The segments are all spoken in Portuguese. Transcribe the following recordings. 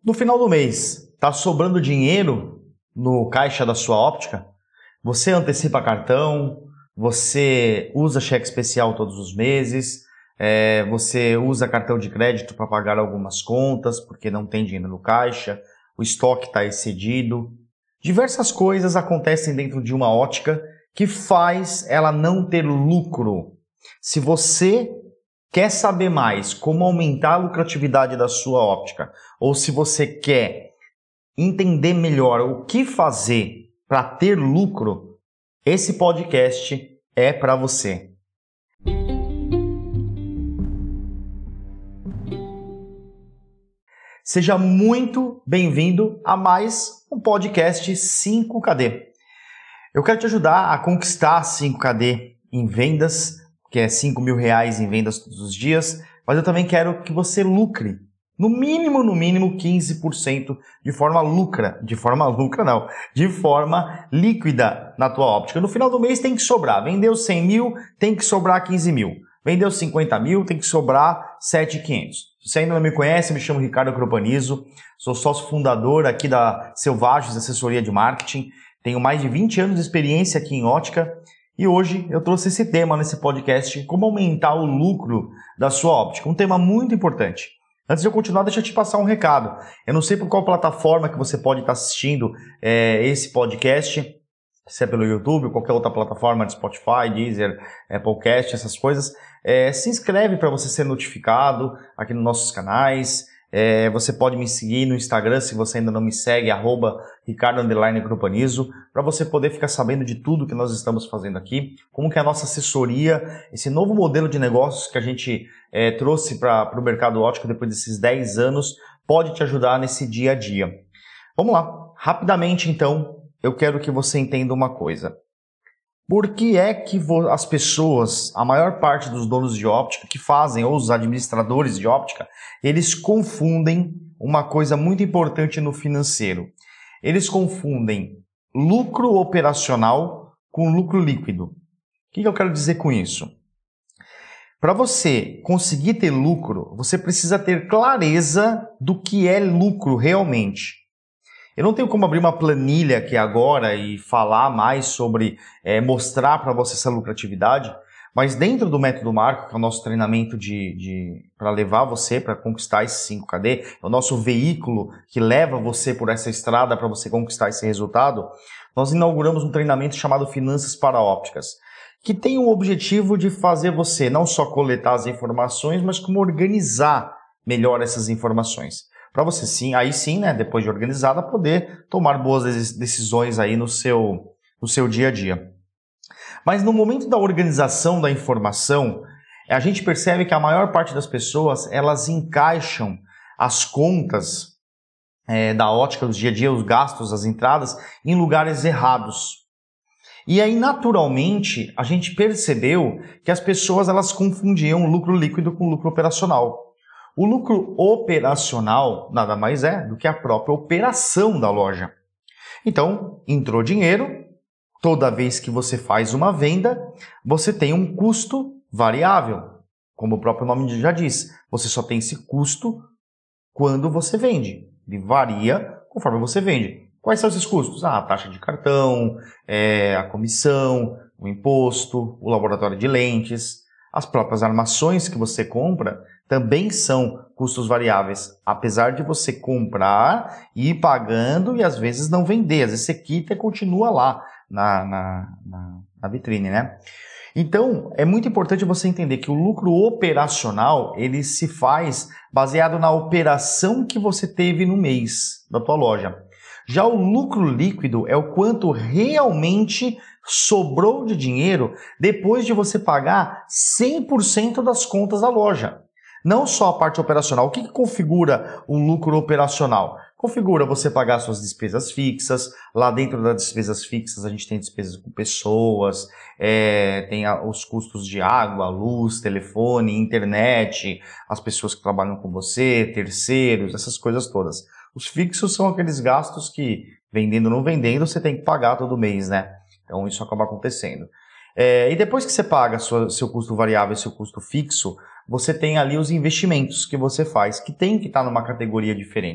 No final do mês, está sobrando dinheiro no caixa da sua óptica? Você antecipa cartão, você usa cheque especial todos os meses, você usa cartão de crédito para pagar algumas contas porque não tem dinheiro no caixa, o estoque está excedido. Diversas coisas acontecem dentro de uma ótica que faz ela não ter lucro. Se você quer saber mais como aumentar a lucratividade da sua óptica, ou se você quer entender melhor o que fazer para ter lucro, esse podcast é para você. Seja muito bem-vindo a mais um podcast 5KD. Eu quero te ajudar a conquistar 5KD em vendas, que é R$5.000 em vendas todos os dias, mas eu também quero que você lucre, no mínimo 15% de forma líquida na tua óptica. No final do mês tem que sobrar. Vendeu 100 mil, tem que sobrar 15 mil. Vendeu 50 mil, tem que sobrar 7.500. Se você ainda não me conhece, me chamo Ricardo Cropanizo, sou sócio fundador aqui da Selvagens Assessoria de Marketing, tenho mais de 20 anos de experiência aqui em ótica e hoje eu trouxe esse tema nesse podcast, como aumentar o lucro da sua óptica, um tema muito importante. Antes de eu continuar, deixa eu te passar um recado. Eu não sei por qual plataforma que você pode estar assistindo esse podcast, se é pelo YouTube ou qualquer outra plataforma de Spotify, Deezer, Applecast, essas coisas. Se inscreve para você ser notificado aqui nos nossos canais. Você pode me seguir no Instagram, se você ainda não me segue, @Ricardo_Cropanizo, para você poder ficar sabendo de tudo que nós estamos fazendo aqui, como que é a nossa assessoria, esse novo modelo de negócios que a gente trouxe para o mercado óptico depois desses 10 anos, pode te ajudar nesse dia a dia. Vamos lá, rapidamente então, eu quero que você entenda uma coisa. Por que é que as pessoas, a maior parte dos donos de óptica que fazem, ou os administradores de óptica, eles confundem uma coisa muito importante no financeiro. Eles confundem lucro operacional com lucro líquido. O que eu quero dizer com isso? Para você conseguir ter lucro, você precisa ter clareza do que é lucro realmente. Eu não tenho como abrir uma planilha aqui agora e falar mais sobre, mostrar para você essa lucratividade, mas dentro do Método Marco, que é o nosso treinamento para levar você para conquistar esse 5KD, é o nosso veículo que leva você por essa estrada para você conquistar esse resultado, nós inauguramos um treinamento chamado Finanças para Ópticas, que tem o objetivo de fazer você não só coletar as informações, mas como organizar melhor essas informações. Para você sim, aí sim, né, depois de organizada, poder tomar boas decisões aí no seu dia a dia. Mas no momento da organização da informação, a gente percebe que a maior parte das pessoas, elas encaixam as contas da ótica do dia a dia, os gastos, as entradas, em lugares errados. E aí, naturalmente, a gente percebeu que as pessoas elas confundiam lucro líquido com lucro operacional. O lucro operacional nada mais é do que a própria operação da loja. Então, entrou dinheiro, toda vez que você faz uma venda, você tem um custo variável. Como o próprio nome já diz, você só tem esse custo quando você vende. Ele varia conforme você vende. Quais são esses custos? A taxa de cartão, a comissão, o imposto, o laboratório de lentes, as próprias armações que você compra também são custos variáveis, apesar de você comprar e ir pagando e às vezes não vender, às vezes você quita e continua lá na vitrine, né? Então, é muito importante você entender que o lucro operacional, ele se faz baseado na operação que você teve no mês da tua loja. Já o lucro líquido é o quanto realmente sobrou de dinheiro depois de você pagar 100% das contas da loja. Não só a parte operacional. O que configura o lucro operacional? Configura você pagar suas despesas fixas. Lá dentro das despesas fixas a gente tem despesas com pessoas, tem os custos de água, luz, telefone, internet, as pessoas que trabalham com você, terceiros, essas coisas todas. Os fixos são aqueles gastos que, vendendo ou não vendendo, você tem que pagar todo mês, né? Então isso acaba acontecendo. E depois que você paga seu custo variável e seu custo fixo, você tem ali os investimentos que você faz, que tem que estar numa categoria diferente.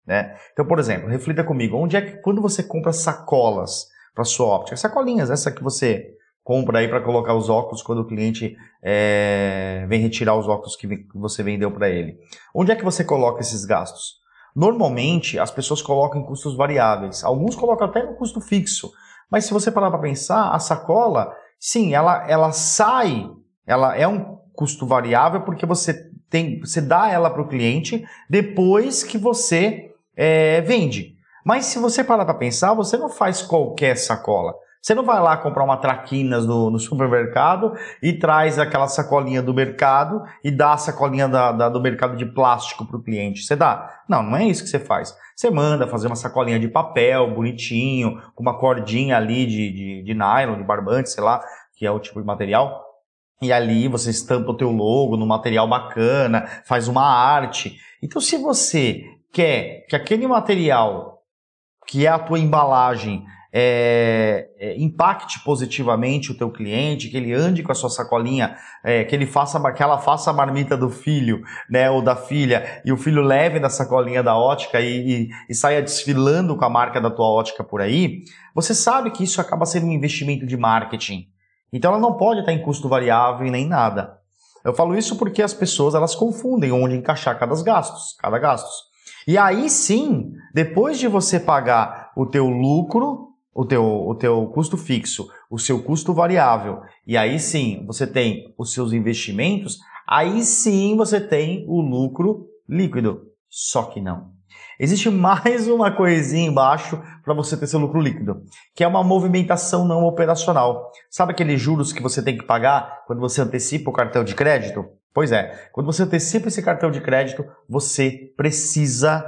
né? Então, por exemplo, reflita comigo, onde é que quando você compra sacolas para sua óptica, sacolinhas, essa que você compra aí para colocar os óculos quando o cliente vem retirar os óculos que você vendeu para ele. Onde é que você coloca esses gastos? Normalmente, as pessoas colocam em custos variáveis. Alguns colocam até no custo fixo. Mas se você parar para pensar, a sacola, sim, ela sai, ela é um custo variável porque você dá ela para o cliente depois que você vende. Mas se você parar para pensar, você não faz qualquer sacola. Você não vai lá comprar uma traquinas no supermercado e traz aquela sacolinha do mercado e dá a sacolinha do mercado de plástico para o cliente. Você dá? Não, não é isso que você faz. Você manda fazer uma sacolinha de papel, bonitinho, com uma cordinha ali de nylon, de barbante, sei lá, que é o tipo de material. E ali você estampa o teu logo no material bacana, faz uma arte. Então, se você quer que aquele material, que é a tua embalagem, impacte positivamente o teu cliente, que ele ande com a sua sacolinha, que ela faça a marmita do filho, né, ou da filha, e o filho leve da sacolinha da ótica e saia desfilando com a marca da tua ótica por aí, você sabe que isso acaba sendo um investimento de marketing. Então ela não pode estar em custo variável e nem nada. Eu falo isso porque as pessoas elas confundem onde encaixar cada gasto. E aí sim, depois de você pagar o teu lucro, o teu custo fixo, o seu custo variável, e aí sim você tem os seus investimentos, aí sim você tem o lucro líquido. Só que não. Existe mais uma coisinha embaixo para você ter seu lucro líquido, que é uma movimentação não operacional. Sabe aqueles juros que você tem que pagar quando você antecipa o cartão de crédito? Pois é, quando você antecipa esse cartão de crédito, você precisa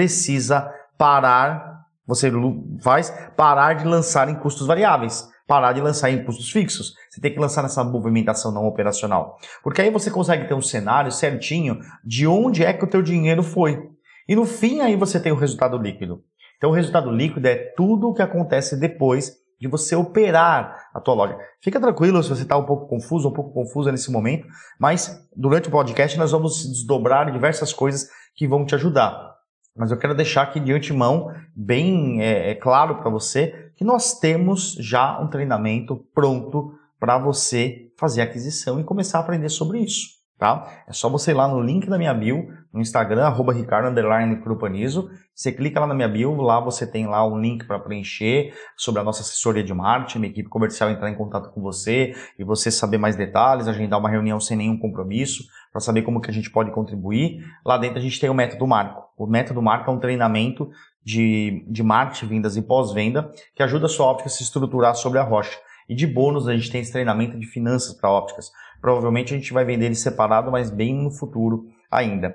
parar, você faz parar de lançar em custos variáveis, parar de lançar em custos fixos. Você tem que lançar nessa movimentação não operacional. Porque aí você consegue ter um cenário certinho de onde é que o teu dinheiro foi. E no fim aí você tem o resultado líquido. Então o resultado líquido é tudo o que acontece depois de você operar a tua loja. Fica tranquilo se você está um pouco confusa nesse momento, mas durante o podcast nós vamos desdobrar diversas coisas que vão te ajudar. Mas eu quero deixar aqui de antemão bem claro para você que nós temos já um treinamento pronto para você fazer a aquisição e começar a aprender sobre isso. Tá? É só você ir lá no link da minha bio, no Instagram, @ricardo_crupanizo. Você clica lá na minha bio, lá você tem lá um link para preencher sobre a nossa assessoria de marketing, minha equipe comercial entrar em contato com você e você saber mais detalhes, agendar uma reunião sem nenhum compromisso, para saber como que a gente pode contribuir. Lá dentro a gente tem o Método Marco. O Método Marco é um treinamento de marketing, vendas e pós-venda que ajuda a sua óptica a se estruturar sobre a rocha. E de bônus a gente tem esse treinamento de finanças para ópticas. Provavelmente a gente vai vender ele separado, mas bem no futuro ainda.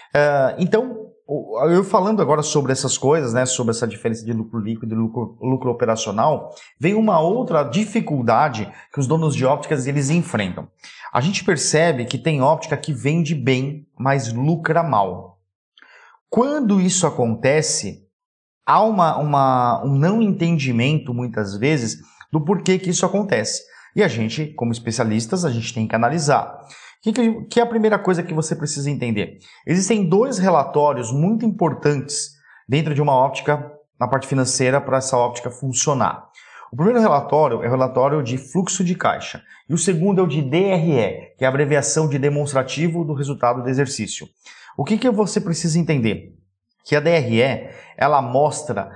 Então, eu falando agora sobre essas coisas, né, sobre essa diferença de lucro líquido e lucro operacional, vem uma outra dificuldade que os donos de ópticas eles enfrentam. A gente percebe que tem óptica que vende bem, mas lucra mal. Quando isso acontece, há um não entendimento, muitas vezes, do porquê que isso acontece. E a gente, como especialistas, a gente tem que analisar. Que é a primeira coisa que você precisa entender? Existem dois relatórios muito importantes dentro de uma óptica, na parte financeira, para essa óptica funcionar. O primeiro relatório é o relatório de fluxo de caixa. E o segundo é o de DRE, que é a abreviação de demonstrativo do resultado do exercício. O que você precisa entender? Que a DRE, ela mostra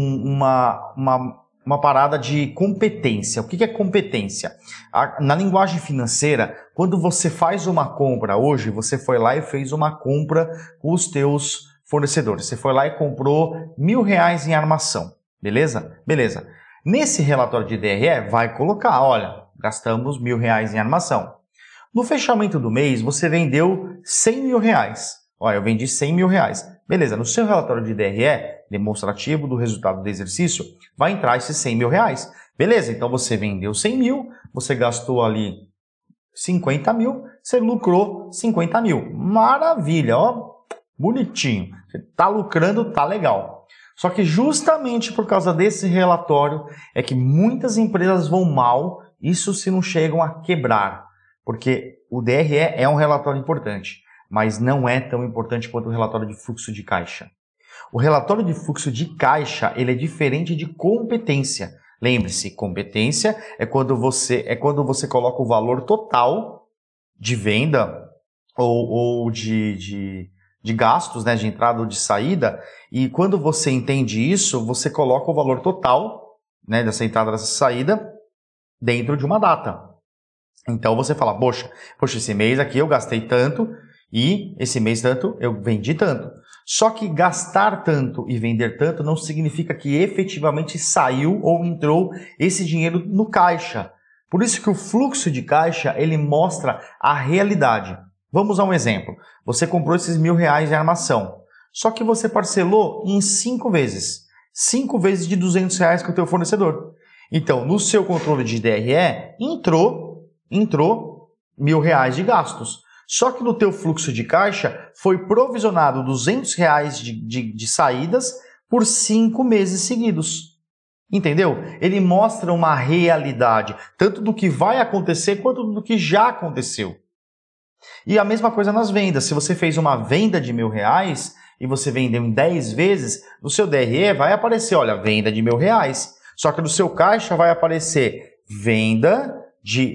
uma parada de competência. O que é competência? Na linguagem financeira, quando você faz uma compra hoje, você foi lá e fez uma compra com os teus fornecedores. Você foi lá e comprou R$1.000 em armação. Beleza? Beleza. Nesse relatório de DRE, vai colocar, olha, gastamos R$1.000 em armação. No fechamento do mês, você vendeu R$100.000. Olha, eu vendi R$100.000. Beleza, no seu relatório de DRE, demonstrativo do resultado do exercício, vai entrar esses R$100.000. Beleza, então você vendeu 100 mil, você gastou ali 50 mil, você lucrou 50 mil. Maravilha, ó, bonitinho. Você tá lucrando, tá legal. Só que justamente por causa desse relatório é que muitas empresas vão mal, isso se não chegam a quebrar. Porque o DRE é um relatório importante, mas não é tão importante quanto o relatório de fluxo de caixa. O relatório de fluxo de caixa, ele é diferente de competência. Lembre-se, competência é quando você coloca o valor total de venda ou de gastos, né, de entrada ou de saída, e quando você entende isso, você coloca o valor total, né, dessa entrada, dessa saída, dentro de uma data. Então você fala, poxa, esse mês aqui eu gastei tanto e esse mês tanto eu vendi tanto. Só que gastar tanto e vender tanto não significa que efetivamente saiu ou entrou esse dinheiro no caixa. Por isso que o fluxo de caixa, ele mostra a realidade. Vamos a um exemplo. Você comprou esses R$1.000 de armação, só que você parcelou em 5 vezes. 5 vezes de R$200 com o teu fornecedor. Então, no seu controle de DRE, entrou R$1.000 de gastos. Só que no teu fluxo de caixa foi provisionado R$200 de saídas por 5 meses seguidos. Entendeu? Ele mostra uma realidade, tanto do que vai acontecer quanto do que já aconteceu. E a mesma coisa nas vendas. Se você fez uma venda de R$1.000 e você vendeu em 10 vezes, no seu DRE vai aparecer, olha, venda de R$1.000. Só que no seu caixa vai aparecer venda de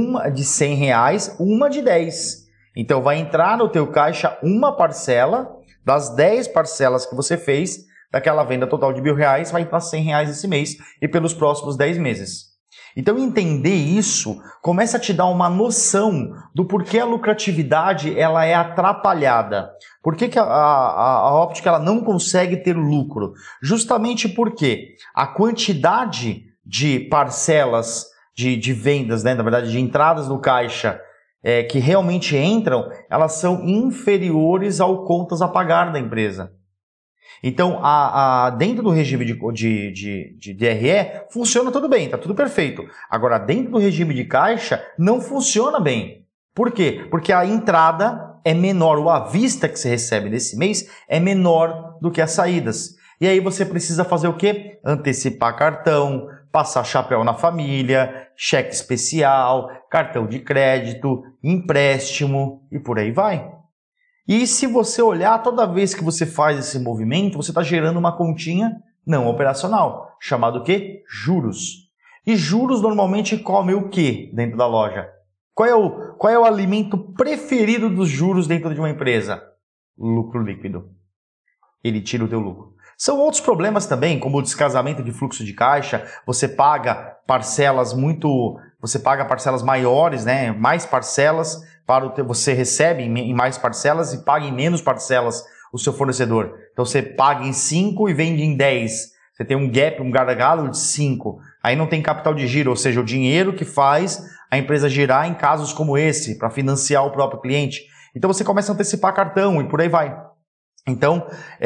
R$100, uma de 10. Então vai entrar no teu caixa uma parcela das 10 parcelas que você fez daquela venda total de R$1.000, vai entrar R$100 esse mês e pelos próximos 10 meses. Então entender isso começa a te dar uma noção do porquê a lucratividade ela é atrapalhada. Por que a óptica ela não consegue ter lucro? Justamente porque a quantidade de parcelas de vendas, né, na verdade de entradas no caixa que realmente entram, elas são inferiores ao contas a pagar da empresa. Então, dentro do regime de DRE, funciona tudo bem, está tudo perfeito. Agora, dentro do regime de caixa, não funciona bem. Por quê? Porque a entrada é menor, ou a vista que você recebe nesse mês é menor do que as saídas. E aí você precisa fazer o quê? Antecipar cartão, passar chapéu na família, cheque especial, cartão de crédito, empréstimo e por aí vai. E se você olhar, toda vez que você faz esse movimento, você está gerando uma continha não operacional, chamado o quê? Juros. E juros normalmente come o quê dentro da loja? Qual é o alimento preferido dos juros dentro de uma empresa? Lucro líquido. Ele tira o teu lucro. São outros problemas também, como o descasamento de fluxo de caixa, você paga parcelas maiores, né? Mais parcelas você recebe em mais parcelas e paga em menos parcelas o seu fornecedor. Então você paga em 5 e vende em 10. Você tem um gap, um gargalo de 5. Aí não tem capital de giro, ou seja, o dinheiro que faz a empresa girar em casos como esse, para financiar o próprio cliente. Então você começa a antecipar cartão e por aí vai. Então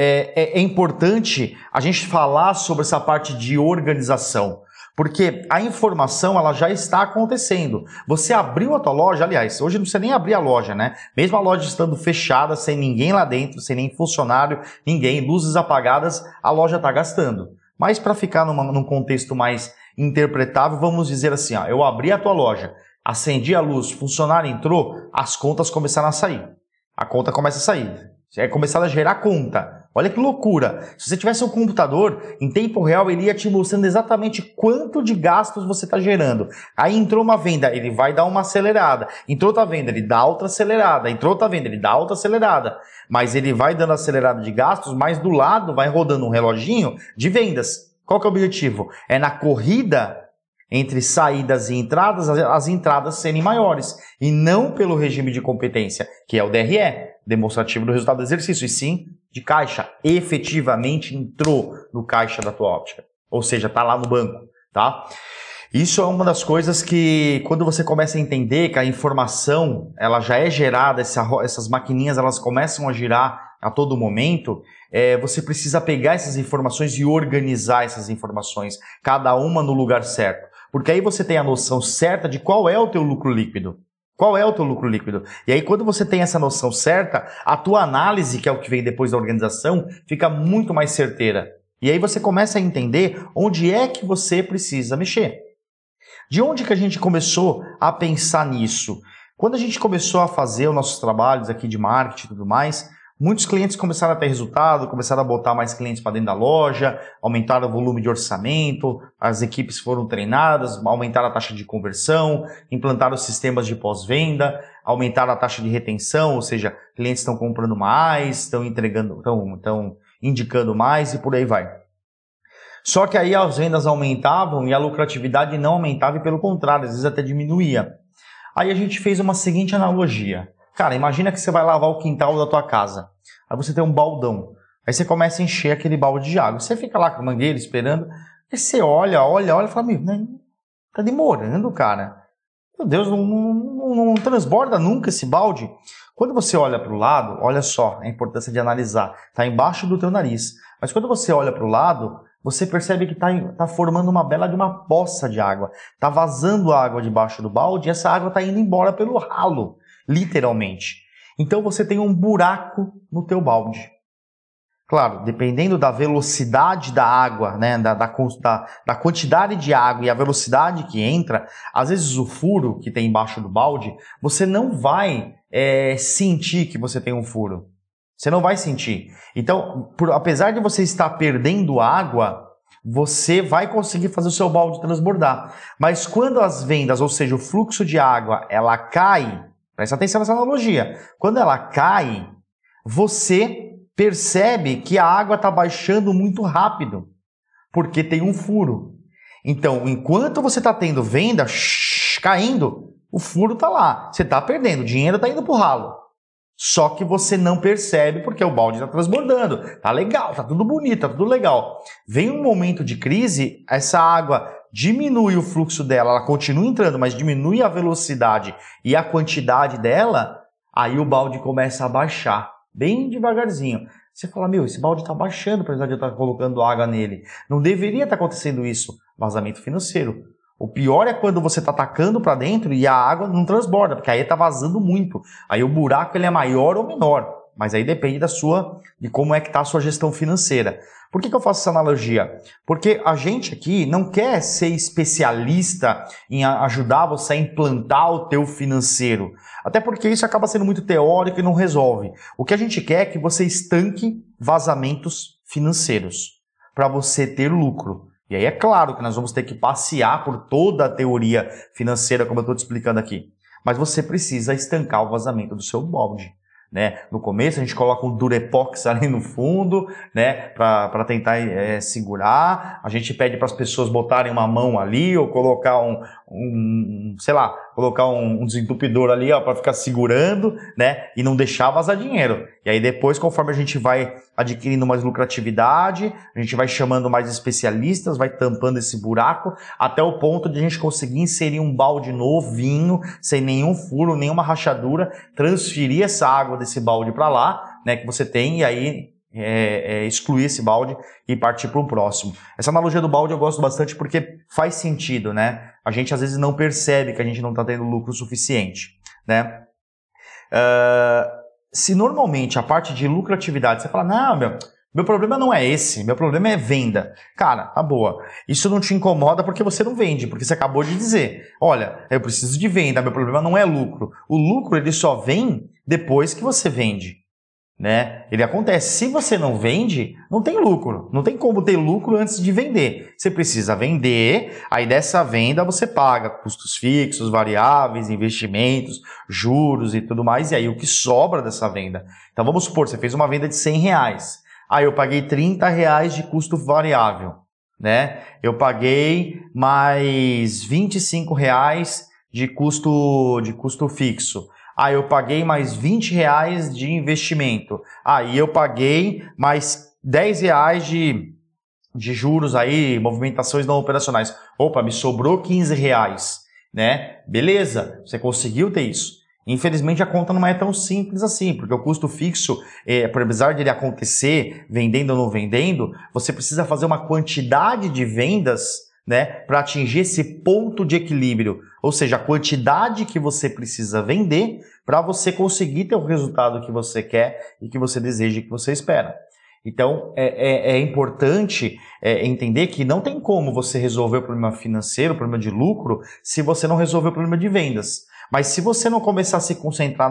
é importante a gente falar sobre essa parte de organização. Porque a informação ela já está acontecendo. Você abriu a tua loja, aliás, hoje não precisa nem abrir a loja, né? Mesmo a loja estando fechada, sem ninguém lá dentro, sem nem funcionário, ninguém, luzes apagadas, a loja está gastando. Mas para ficar num contexto mais interpretável, vamos dizer assim, ó, eu abri a tua loja, acendi a luz, funcionário entrou, as contas começaram a sair. A conta começa a sair. É começar a gerar conta. Olha que loucura. Se você tivesse um computador, em tempo real, ele ia te mostrando exatamente quanto de gastos você está gerando. Aí entrou uma venda, ele vai dar uma acelerada. Entrou outra venda, ele dá outra acelerada. Entrou outra venda, ele dá outra acelerada. Mas ele vai dando acelerada de gastos, mas do lado vai rodando um reloginho de vendas. Qual que é o objetivo? É na corrida entre saídas e entradas, as entradas serem maiores. E não pelo regime de competência, que é o DRE, demonstrativo do resultado do exercício, e sim de caixa. Efetivamente entrou no caixa da tua óptica. Ou seja, está lá no banco, tá? Isso é uma das coisas que, quando você começa a entender que a informação ela já é gerada, essas maquininhas elas começam a girar a todo momento, você precisa pegar essas informações e organizar essas informações, cada uma no lugar certo. Porque aí você tem a noção certa de qual é o teu lucro líquido. Qual é o teu lucro líquido? E aí, quando você tem essa noção certa, a tua análise, que é o que vem depois da organização, fica muito mais certeira. E aí você começa a entender onde é que você precisa mexer. De onde que a gente começou a pensar nisso? Quando a gente começou a fazer os nossos trabalhos aqui de marketing e tudo mais, Muitos clientes começaram a ter resultado, começaram a botar mais clientes para dentro da loja, aumentaram o volume de orçamento, as equipes foram treinadas, aumentaram a taxa de conversão, implantaram sistemas de pós-venda, aumentaram a taxa de retenção, ou seja, clientes estão comprando mais, estão indicando mais e por aí vai. Só que aí as vendas aumentavam e a lucratividade não aumentava e pelo contrário, às vezes até diminuía. Aí a gente fez uma seguinte analogia. Cara, imagina que você vai lavar o quintal da tua casa. Aí você tem um baldão. Aí você começa a encher aquele balde de água. Você fica lá com a mangueira esperando. Aí você olha e fala, meu, tá demorando, cara. Meu Deus, não transborda nunca esse balde. Quando você olha para o lado, olha só a importância de analisar. Está embaixo do teu nariz. Mas quando você olha para o lado, você percebe que está formando uma bela de uma poça de água. Está vazando água debaixo do balde e essa água está indo embora pelo ralo, literalmente. Então você tem um buraco no teu balde. Claro, dependendo da velocidade da água, né, da quantidade de água e a velocidade que entra, às vezes o furo que tem embaixo do balde, você não vai sentir que você tem um furo. Você não vai sentir. Então, apesar de você estar perdendo água, você vai conseguir fazer o seu balde transbordar. Mas quando as vendas, ou seja, o fluxo de água, ela cai, presta atenção nessa analogia, quando ela cai, você percebe que a água está baixando muito rápido, porque tem um furo. Então, enquanto você está tendo venda caindo, o furo está lá. Você está perdendo, o dinheiro está indo para o ralo. Só que você não percebe porque o balde está transbordando. Tá legal, tá tudo bonito, tá tudo legal. Vem um momento de crise, essa água diminui o fluxo dela, ela continua entrando, mas diminui a velocidade e a quantidade dela, aí o balde começa a baixar, bem devagarzinho. Você fala, meu, esse balde está baixando, apesar de eu estar colocando água nele. Não deveria estar acontecendo isso. Vazamento financeiro. O pior é quando você está tacando para dentro e a água não transborda, porque aí está vazando muito. Aí o buraco ele é maior ou menor, mas aí depende de como é que está a sua gestão financeira. Por que eu faço essa analogia? Porque a gente aqui não quer ser especialista em ajudar você a implantar o teu financeiro. Até porque isso acaba sendo muito teórico e não resolve. O que a gente quer é que você estanque vazamentos financeiros para você ter lucro. E aí é claro que nós vamos ter que passear por toda a teoria financeira, como eu estou te explicando aqui. Mas você precisa estancar o vazamento do seu balde. Né? No começo a gente coloca um Durepox ali no fundo, né? Para tentar segurar. A gente pede para as pessoas botarem uma mão ali ou colocar colocar um desentupidor ali para ficar segurando, né? E não deixar vazar dinheiro. E aí depois, conforme a gente vai adquirindo mais lucratividade, a gente vai chamando mais especialistas, vai tampando esse buraco, até o ponto de a gente conseguir inserir um balde novinho, sem nenhum furo, nenhuma rachadura, transferir essa água desse balde para lá, né, que você tem, e aí excluir esse balde e partir para o próximo. Essa analogia do balde eu gosto bastante porque faz sentido, né? A gente às vezes não percebe que a gente não está tendo lucro suficiente, né? Se normalmente a parte de lucratividade, você fala, não, meu problema não é esse, meu problema é venda. Cara, tá boa. Isso não te incomoda porque você não vende, porque você acabou de dizer, olha, eu preciso de venda, meu problema não é lucro. O lucro, ele só vem depois que você vende, né? Ele acontece. Se você não vende, não tem lucro. Não tem como ter lucro antes de vender. Você precisa vender, aí dessa venda você paga custos fixos, variáveis, investimentos, juros e tudo mais, e aí o que sobra dessa venda. Então vamos supor, você fez uma venda de R$100. Aí eu paguei R$30 de custo variável, né? Eu paguei mais R$25 de custo fixo. Aí eu paguei mais R$20 de investimento. Aí eu paguei mais R$10 de juros aí, movimentações não operacionais. Opa, me sobrou R$15, né? Beleza, você conseguiu ter isso. Infelizmente a conta não é tão simples assim, porque o custo fixo, apesar de ele acontecer, vendendo ou não vendendo, você precisa fazer uma quantidade de vendas, né, para atingir esse ponto de equilíbrio, ou seja, a quantidade que você precisa vender para você conseguir ter o resultado que você quer e que você deseja e que você espera. Então, é importante entender que não tem como você resolver o problema financeiro, o problema de lucro, se você não resolver o problema de vendas. Mas se você não começar a se concentrar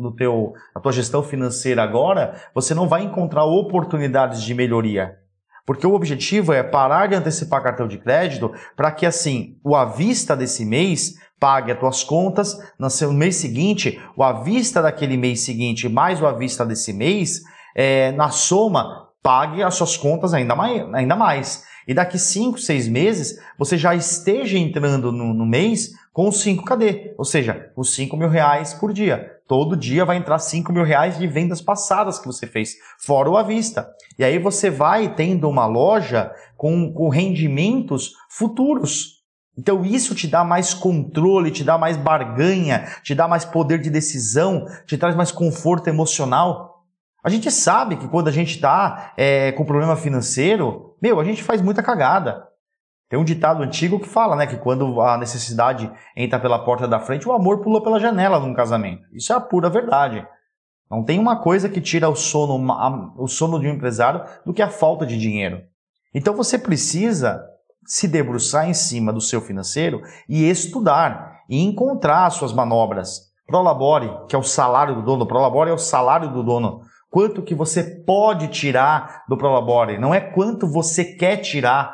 na tua gestão financeira agora, você não vai encontrar oportunidades de melhoria. Porque o objetivo é parar de antecipar cartão de crédito para que, assim, o à vista desse mês pague as tuas contas, no mês seguinte, o à vista daquele mês seguinte mais o à vista desse mês, na soma, pague as suas contas ainda mais. E daqui 5, 6 meses, você já esteja entrando no mês com os 5KD, ou seja, os R$5.000 por dia. Todo dia vai entrar R$5.000 de vendas passadas que você fez, fora o à vista. E aí você vai tendo uma loja com rendimentos futuros. Então isso te dá mais controle, te dá mais barganha, te dá mais poder de decisão, te traz mais conforto emocional. A gente sabe que quando a gente está com problema financeiro, a gente faz muita cagada. Tem um ditado antigo que fala, né, que quando a necessidade entra pela porta da frente, o amor pula pela janela num casamento. Isso é a pura verdade. Não tem uma coisa que tira o sono de um empresário do que a falta de dinheiro. Então você precisa se debruçar em cima do seu financeiro e estudar e encontrar as suas manobras. Prolabore, que é o salário do dono. Prolabore é o salário do dono. Quanto que você pode tirar do Prolabore, não é quanto você quer tirar.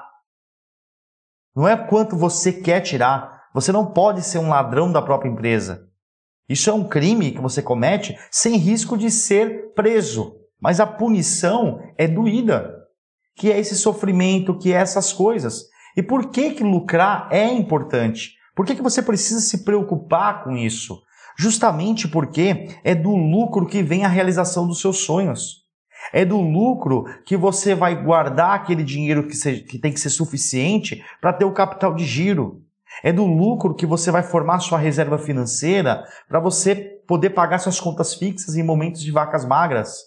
Não é quanto você quer tirar. Você não pode ser um ladrão da própria empresa. Isso é um crime que você comete sem risco de ser preso. Mas a punição é doída, que é esse sofrimento, que é essas coisas. E por que lucrar é importante? Por que você precisa se preocupar com isso? Justamente porque é do lucro que vem a realização dos seus sonhos. É do lucro que você vai guardar aquele dinheiro que tem que ser suficiente para ter o capital de giro. É do lucro que você vai formar sua reserva financeira para você poder pagar suas contas fixas em momentos de vacas magras.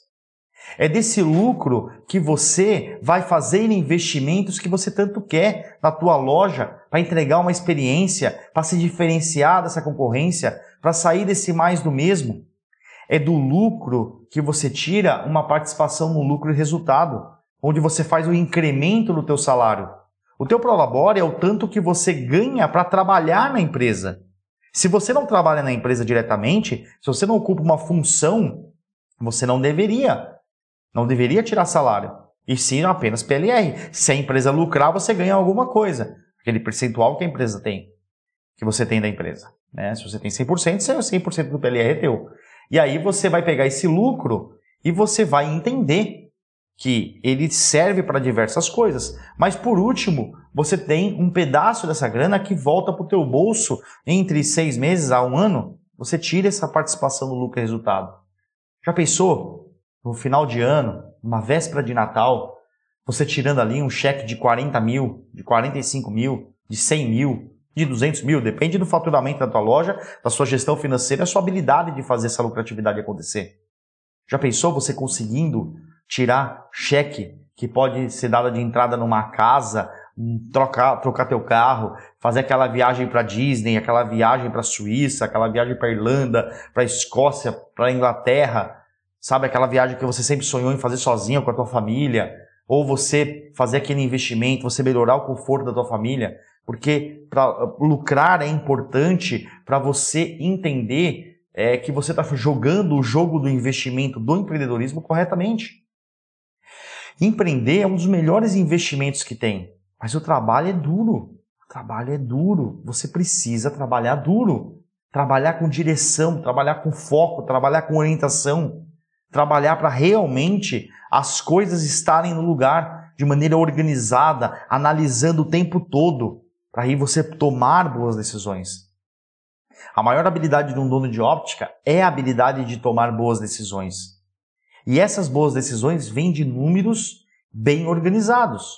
É desse lucro que você vai fazer investimentos que você tanto quer na tua loja para entregar uma experiência, para se diferenciar dessa concorrência, para sair desse mais do mesmo. É do lucro que você tira uma participação no lucro e resultado, onde você faz o incremento do teu salário. O teu Prolabore é o tanto que você ganha para trabalhar na empresa. Se você não trabalha na empresa diretamente, se você não ocupa uma função, você não deveria tirar salário. E sim apenas PLR. Se a empresa lucrar, você ganha alguma coisa. Aquele percentual que a empresa tem, que você tem da empresa. Né? Se você tem 100%, 100% do PLR é teu. E aí você vai pegar esse lucro e você vai entender que ele serve para diversas coisas. Mas por último, você tem um pedaço dessa grana que volta para o teu bolso entre 6 meses a 1 ano. Você tira essa participação no lucro e resultado. Já pensou? No final de ano, uma véspera de Natal, você tirando ali um cheque de 40 mil, de 45 mil, de 100 mil, de 200 mil, depende do faturamento da tua loja, da sua gestão financeira, da sua habilidade de fazer essa lucratividade acontecer. Já pensou você conseguindo tirar cheque que pode ser dado de entrada numa casa, trocar teu carro, fazer aquela viagem para Disney, aquela viagem para Suíça, aquela viagem para Irlanda, para Escócia, para Inglaterra, sabe, aquela viagem que você sempre sonhou em fazer sozinho com a tua família, ou você fazer aquele investimento, você melhorar o conforto da tua família, porque lucrar é importante para você entender que você está jogando o jogo do investimento, do empreendedorismo corretamente. Empreender é um dos melhores investimentos que tem, mas o trabalho é duro. O trabalho é duro. Você precisa trabalhar duro. Trabalhar com direção, trabalhar com foco, trabalhar com orientação. Trabalhar para realmente as coisas estarem no lugar de maneira organizada, analisando o tempo todo, para aí você tomar boas decisões. A maior habilidade de um dono de óptica é a habilidade de tomar boas decisões. E essas boas decisões vêm de números bem organizados.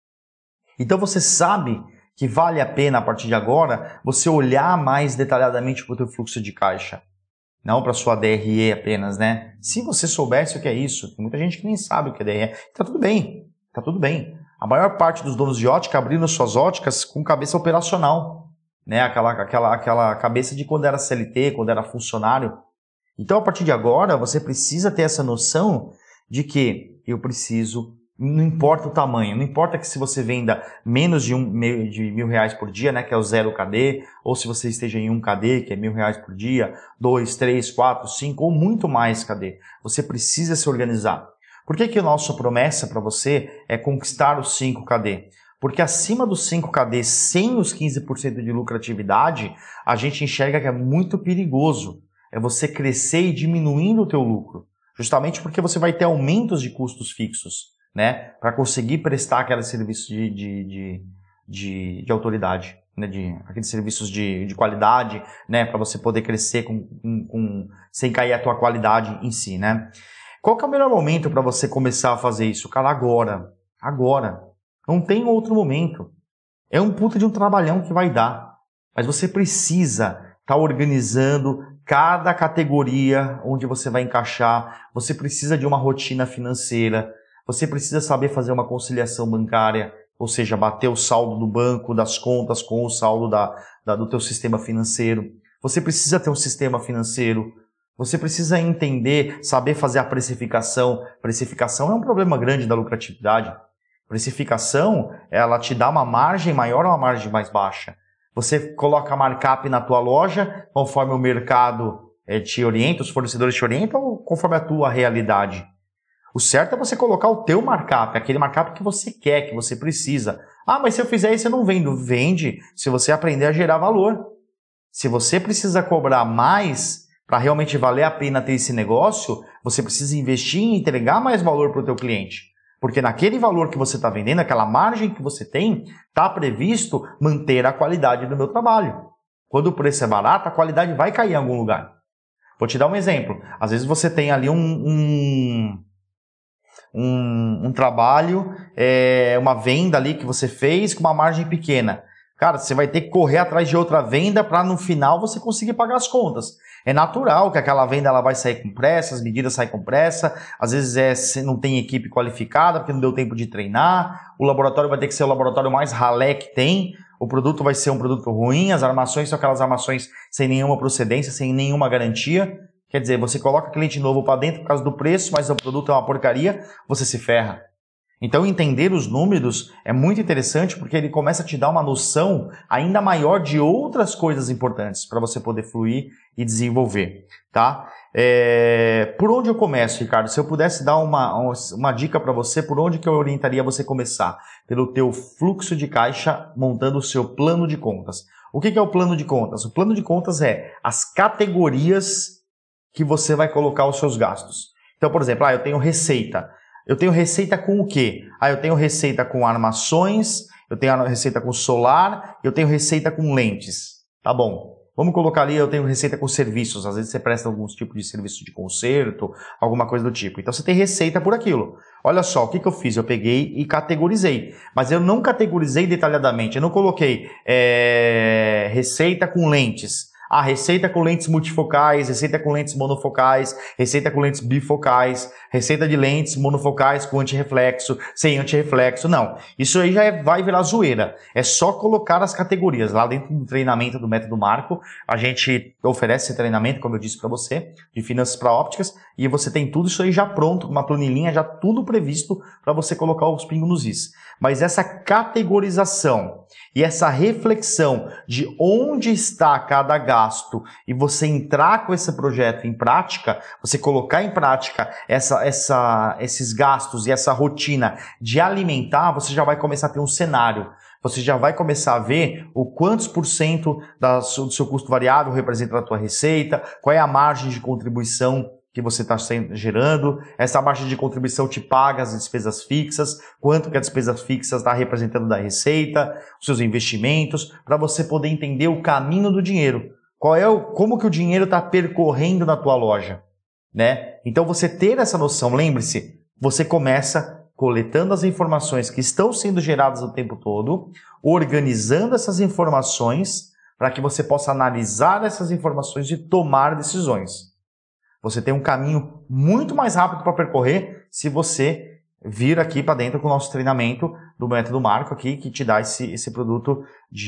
Então você sabe que vale a pena, a partir de agora, você olhar mais detalhadamente para o teu fluxo de caixa. Não para a sua DRE apenas, né? Se você soubesse o que é isso, tem muita gente que nem sabe o que é DRE. Tá tudo bem, tá tudo bem. A maior parte dos donos de ótica abriram suas óticas com cabeça operacional, né? Aquela cabeça de quando era CLT, quando era funcionário. Então, a partir de agora, você precisa ter essa noção de que eu preciso Não importa o tamanho, não importa que se você venda menos de R$ 1.000 por dia, né, que é o 0 KD, ou se você esteja em 1 KD, que é R$ 1.000 por dia, 2, 3, 4, 5 ou muito mais KD. Você precisa se organizar. Por que a nossa promessa para você é conquistar os 5 KD? Porque acima dos 5 KD, sem os 15% de lucratividade, a gente enxerga que é muito perigoso. É você crescer e diminuindo o teu lucro. Justamente porque você vai ter aumentos de custos fixos, né, para conseguir prestar aqueles serviços de autoridade, né, aqueles serviços de qualidade, né, para você poder crescer sem cair a tua qualidade em si, né. Qual que é o melhor momento para você começar a fazer isso? Cara, agora. Não tem outro momento. É um puta de um trabalhão que vai dar, mas você precisa estar organizando cada categoria onde você vai encaixar, você precisa de uma rotina financeira, você precisa saber fazer uma conciliação bancária, ou seja, bater o saldo do banco, das contas com o saldo do teu sistema financeiro. Você precisa ter um sistema financeiro. Você precisa entender, saber fazer a precificação. Precificação é um problema grande da lucratividade. Precificação, ela te dá uma margem maior ou uma margem mais baixa. Você coloca markup na tua loja conforme o mercado te orienta, os fornecedores te orientam ou conforme a tua realidade. O certo é você colocar o teu markup, aquele markup que você quer, que você precisa. Ah, mas se eu fizer isso eu não vendo. Vende se você aprender a gerar valor. Se você precisa cobrar mais para realmente valer a pena ter esse negócio, você precisa investir em entregar mais valor para o teu cliente. Porque naquele valor que você está vendendo, aquela margem que você tem, está previsto manter a qualidade do meu trabalho. Quando o preço é barato, a qualidade vai cair em algum lugar. Vou te dar um exemplo. Às vezes você tem ali um trabalho, uma venda ali que você fez com uma margem pequena. Cara, você vai ter que correr atrás de outra venda para no final você conseguir pagar as contas. É natural que aquela venda ela vai sair com pressa, as medidas saem com pressa, às vezes não tem equipe qualificada porque não deu tempo de treinar, o laboratório vai ter que ser o laboratório mais ralé que tem, o produto vai ser um produto ruim, as armações são aquelas armações sem nenhuma procedência, sem nenhuma garantia. Quer dizer, você coloca cliente novo para dentro por causa do preço, mas o produto é uma porcaria, você se ferra. Então, entender os números é muito interessante porque ele começa a te dar uma noção ainda maior de outras coisas importantes para você poder fluir e desenvolver, tá? Por onde eu começo, Ricardo? Se eu pudesse dar uma dica para você, por onde que eu orientaria você começar? Pelo teu fluxo de caixa, montando o seu plano de contas. O que é o plano de contas? O plano de contas é as categorias que você vai colocar os seus gastos. Então, por exemplo, eu tenho receita. Eu tenho receita com o quê? Eu tenho receita com armações, eu tenho receita com solar, eu tenho receita com lentes. Tá bom. Vamos colocar ali, eu tenho receita com serviços. Às vezes você presta alguns tipos de serviço de conserto, alguma coisa do tipo. Então você tem receita por aquilo. Olha só, o que eu fiz? Eu peguei e categorizei. Mas eu não categorizei detalhadamente. Eu não coloquei receita com lentes. Receita com lentes multifocais, receita com lentes monofocais, receita com lentes bifocais, receita de lentes monofocais com antirreflexo, sem antirreflexo. Não, isso aí já vai virar zoeira. É só colocar as categorias. Lá dentro do treinamento do Método Marco, a gente oferece esse treinamento, como eu disse para você, de finanças para ópticas, e você tem tudo isso aí já pronto, com uma planilhinha já tudo previsto para você colocar os pingos nos is. Mas essa categorização e essa reflexão de onde está cada gasto e você entrar com esse projeto em prática, você colocar em prática esses gastos e essa rotina de alimentar, você já vai começar a ter um cenário. Você já vai começar a ver o quantos por cento do seu custo variável representa a tua receita, qual é a margem de contribuição que você está gerando, essa margem de contribuição te paga as despesas fixas, quanto que a despesa fixa está representando da receita, os seus investimentos, para você poder entender o caminho do dinheiro. Como que o dinheiro está percorrendo na tua loja, né? Então você ter essa noção, lembre-se, você começa coletando as informações que estão sendo geradas o tempo todo, organizando essas informações para que você possa analisar essas informações e tomar decisões. Você tem um caminho muito mais rápido para percorrer se você vir aqui para dentro com o nosso treinamento do Método Marco aqui, que te dá esse produto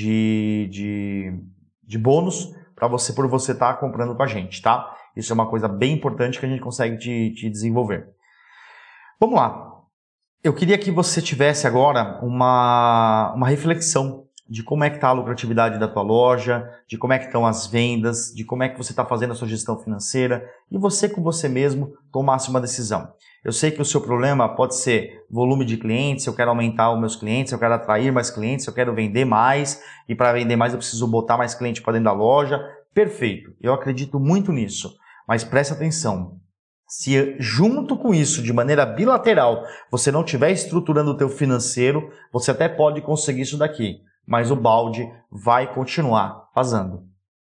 de bônus para você, por você estar comprando com a gente, tá? Isso é uma coisa bem importante que a gente consegue te desenvolver. Vamos lá. Eu queria que você tivesse agora uma reflexão de como é que está a lucratividade da tua loja, de como é que estão as vendas, de como é que você está fazendo a sua gestão financeira e você com você mesmo tomasse uma decisão. Eu sei que o seu problema pode ser volume de clientes, eu quero aumentar os meus clientes, eu quero atrair mais clientes, eu quero vender mais e para vender mais eu preciso botar mais cliente para dentro da loja. Perfeito, eu acredito muito nisso, mas preste atenção. Se junto com isso, de maneira bilateral, você não estiver estruturando o teu financeiro, você até pode conseguir isso daqui, mas o balde vai continuar vazando.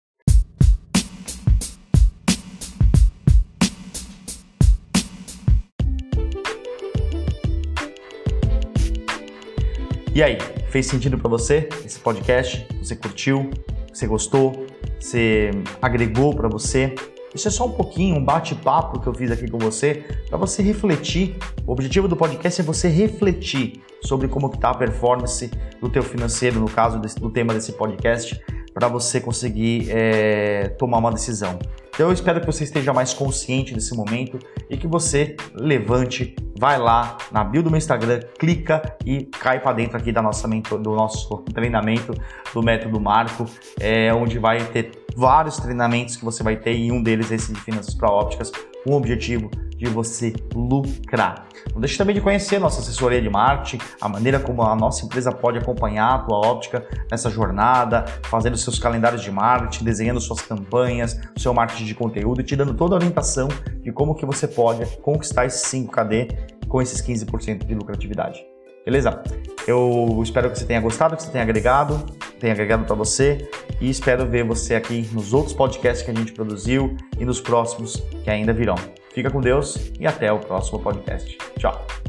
E aí, fez sentido para você esse podcast? Você curtiu? Você gostou? Você agregou para você? Isso é só um pouquinho, um bate-papo que eu fiz aqui com você, para você refletir. O objetivo do podcast é você refletir sobre como está a performance do teu financeiro, no caso do tema desse podcast, para você conseguir tomar uma decisão. Então eu espero que você esteja mais consciente nesse momento e que você levante, vai lá na bio do meu Instagram, clica e cai para dentro aqui do nosso treinamento do Método Marco, onde vai ter vários treinamentos que você vai ter e um deles é esse de finanças para ópticas, com o objetivo de você lucrar. Não deixe também de conhecer nossa assessoria de marketing, a maneira como a nossa empresa pode acompanhar a tua óptica nessa jornada, fazendo seus calendários de marketing, desenhando suas campanhas, o seu marketing de conteúdo e te dando toda a orientação de como que você pode conquistar esse 5KD com esses 15% de lucratividade. Beleza? Eu espero que você tenha gostado, que você tenha agregado para você e espero ver você aqui nos outros podcasts que a gente produziu e nos próximos que ainda virão. Fica com Deus e até o próximo podcast. Tchau!